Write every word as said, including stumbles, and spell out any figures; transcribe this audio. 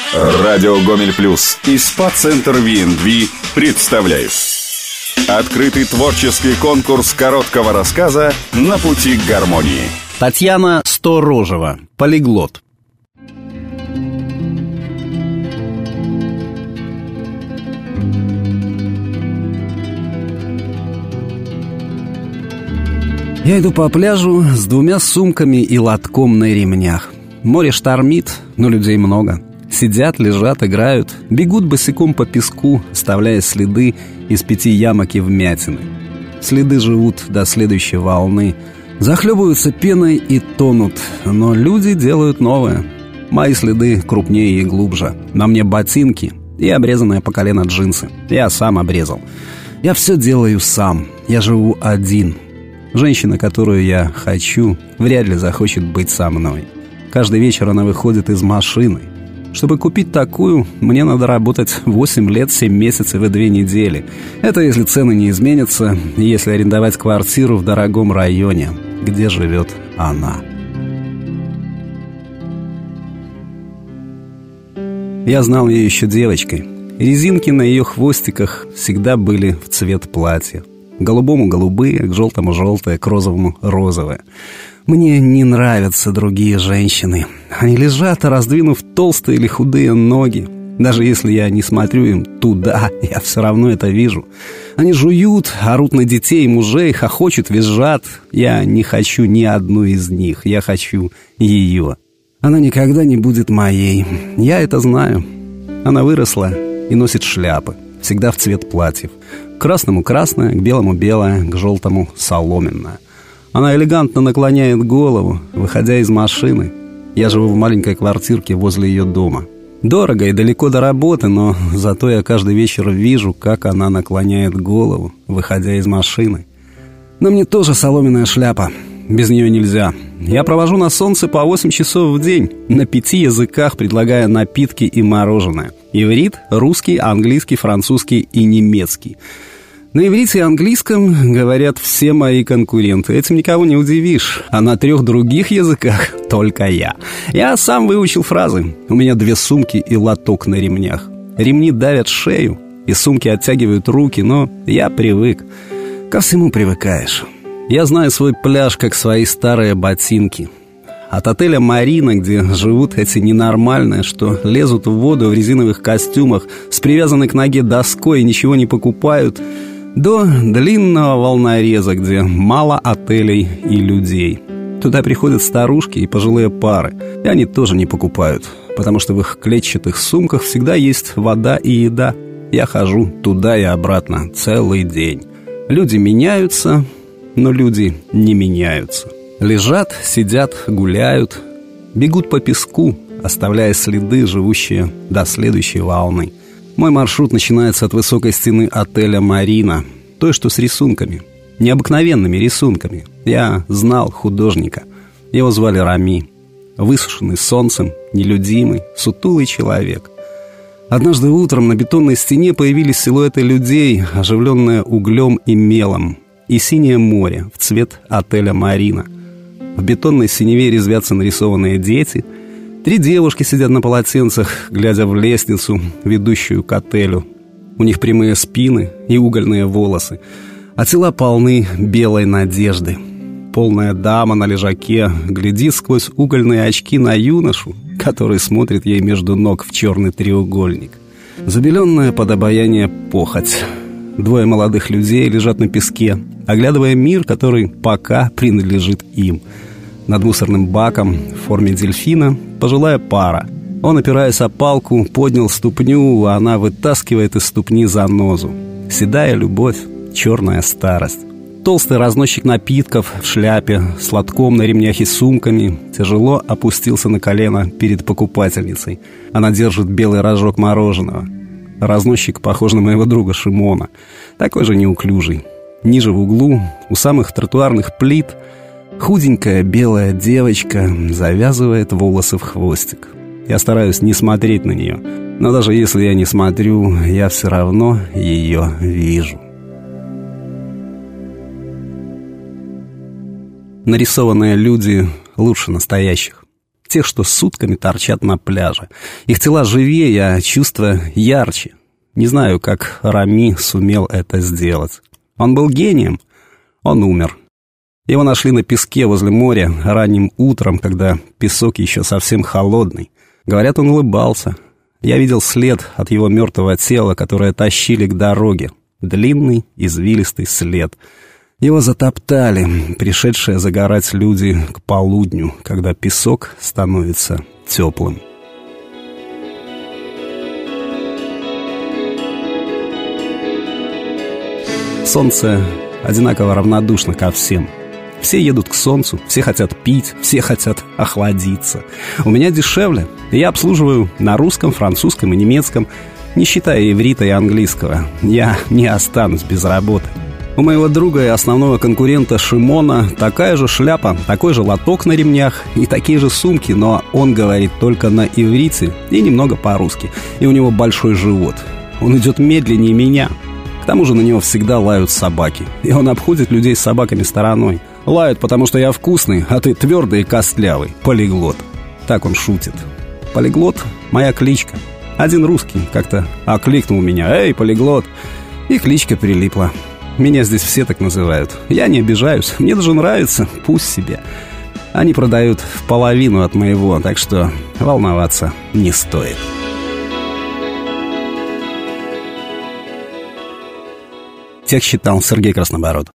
Радио Гомель Плюс и СПА-центр ви энд ви представляют открытый творческий конкурс короткого рассказа «На пути к гармонии». Татьяна Сторожева, полиглот. Я иду по пляжу с двумя сумками и лотком на ремнях. Море штормит, но людей много. Сидят, лежат, играют, бегут босиком по песку, оставляя следы из пяти ямок и вмятины. Следы живут до следующей волны, захлебываются пеной и тонут, но люди делают новое. Мои следы крупнее и глубже. На мне ботинки и обрезанные по колено джинсы. Я сам обрезал. Я все делаю сам. Я живу один. Женщина, которую я хочу, вряд ли захочет быть со мной. Каждый вечер она выходит из машины. Чтобы купить такую, мне надо работать восемь лет, семь месяцев и две недели. Это если цены не изменятся, и если арендовать квартиру в дорогом районе, где живет она. Я знал ее еще девочкой. Резинки на ее хвостиках всегда были в цвет платья. К голубому голубые, к желтому желтые, к розовому розовые. Мне не нравятся другие женщины. Они лежат, раздвинув толстые или худые ноги. Даже если я не смотрю им туда, я все равно это вижу. Они жуют, орут на детей и мужей, хохочут, визжат. Я не хочу ни одну из них. Я хочу ее. Она никогда не будет моей. Я это знаю. Она выросла и носит шляпы. Всегда в цвет платьев. К красному красное, к белому белое, к желтому соломенное. Она элегантно наклоняет голову, выходя из машины. Я живу в маленькой квартирке возле ее дома. Дорого и далеко до работы, но зато я каждый вечер вижу, как она наклоняет голову, выходя из машины. Но мне тоже соломенная шляпа. Без нее нельзя. Я провожу на солнце по восемь часов в день, на пяти языках предлагая напитки и мороженое. Иврит, русский, английский, французский и немецкий. На иврите и английском говорят все мои конкуренты. Этим никого не удивишь. А на трех других языках только я. Я сам выучил фразы. У меня две сумки и лоток на ремнях. Ремни давят шею, и сумки оттягивают руки, но я привык. Ко всему привыкаешь. Я знаю свой пляж, как свои старые ботинки. От отеля «Марина», где живут эти ненормальные, что лезут в воду в резиновых костюмах с привязанной к ноге доской и ничего не покупают, до длинного волнореза, где мало отелей и людей. Туда приходят старушки и пожилые пары, и они тоже не покупают, потому что в их клетчатых сумках всегда есть вода и еда. Я хожу туда и обратно целый день. Люди меняются, но люди не меняются. Лежат, сидят, гуляют, бегут по песку, оставляя следы, живущие до следующей волны. Мой маршрут начинается от высокой стены отеля «Марина», той, что с рисунками, необыкновенными рисунками. Я знал художника. Его звали Рами. Высушенный солнцем, нелюдимый, сутулый человек. Однажды утром на бетонной стене появились силуэты людей, оживленные углем и мелом, и синее море в цвет отеля «Марина». В бетонной синеве резвятся нарисованные дети. Три девушки сидят на полотенцах, глядя в лестницу, ведущую к отелю. У них прямые спины и угольные волосы, а тела полны белой надежды. Полная дама на лежаке глядит сквозь угольные очки на юношу, который смотрит ей между ног в черный треугольник. Забеленная под обаяние похоть. Двое молодых людей лежат на песке, оглядывая мир, который пока принадлежит им. Над мусорным баком в форме дельфина пожилая пара. Он, опираясь о палку, поднял ступню, а она вытаскивает из ступни занозу. Седая любовь, черная старость. Толстый разносчик напитков в шляпе, с лотком на ремнях и сумками, тяжело опустился на колено перед покупательницей. Она держит белый рожок мороженого. Разносчик похож на моего друга Шимона, такой же неуклюжий. Ниже в углу, у самых тротуарных плит, худенькая белая девочка завязывает волосы в хвостик. Я стараюсь не смотреть на нее, но даже если я не смотрю, я все равно ее вижу. Нарисованные люди лучше настоящих. Тех, что сутками торчат на пляже. Их тела живее, а чувства ярче. Не знаю, как Рами сумел это сделать. Он был гением. Он умер. Его нашли на песке возле моря ранним утром, когда песок еще совсем холодный. Говорят, он улыбался. Я видел след от его мертвого тела, которое тащили к дороге. Длинный, извилистый след. Его затоптали, пришедшие загорать люди к полудню, когда песок становится теплым. Солнце одинаково равнодушно ко всем. Все едут к солнцу, все хотят пить, все хотят охладиться. У меня дешевле. Я обслуживаю на русском, французском и немецком, не считая иврита и английского. Я не останусь без работы. У моего друга и основного конкурента Шимона такая же шляпа, такой же лоток на ремнях и такие же сумки, но он говорит только на иврите и немного по-русски. И у него большой живот. Он идет медленнее меня. К тому же на него всегда лают собаки. И он обходит людей с собаками стороной. Лают, потому что я вкусный, а ты твердый и костлявый. Полиглот. Так он шутит. Полиглот — моя кличка. Один русский как-то окликнул меня: «Эй, полиглот!» И кличка прилипла. Меня здесь все так называют. Я не обижаюсь, мне даже нравится, пусть себе. Они продают в половину от моего, так что волноваться не стоит. Текст читал Сергей Краснобород.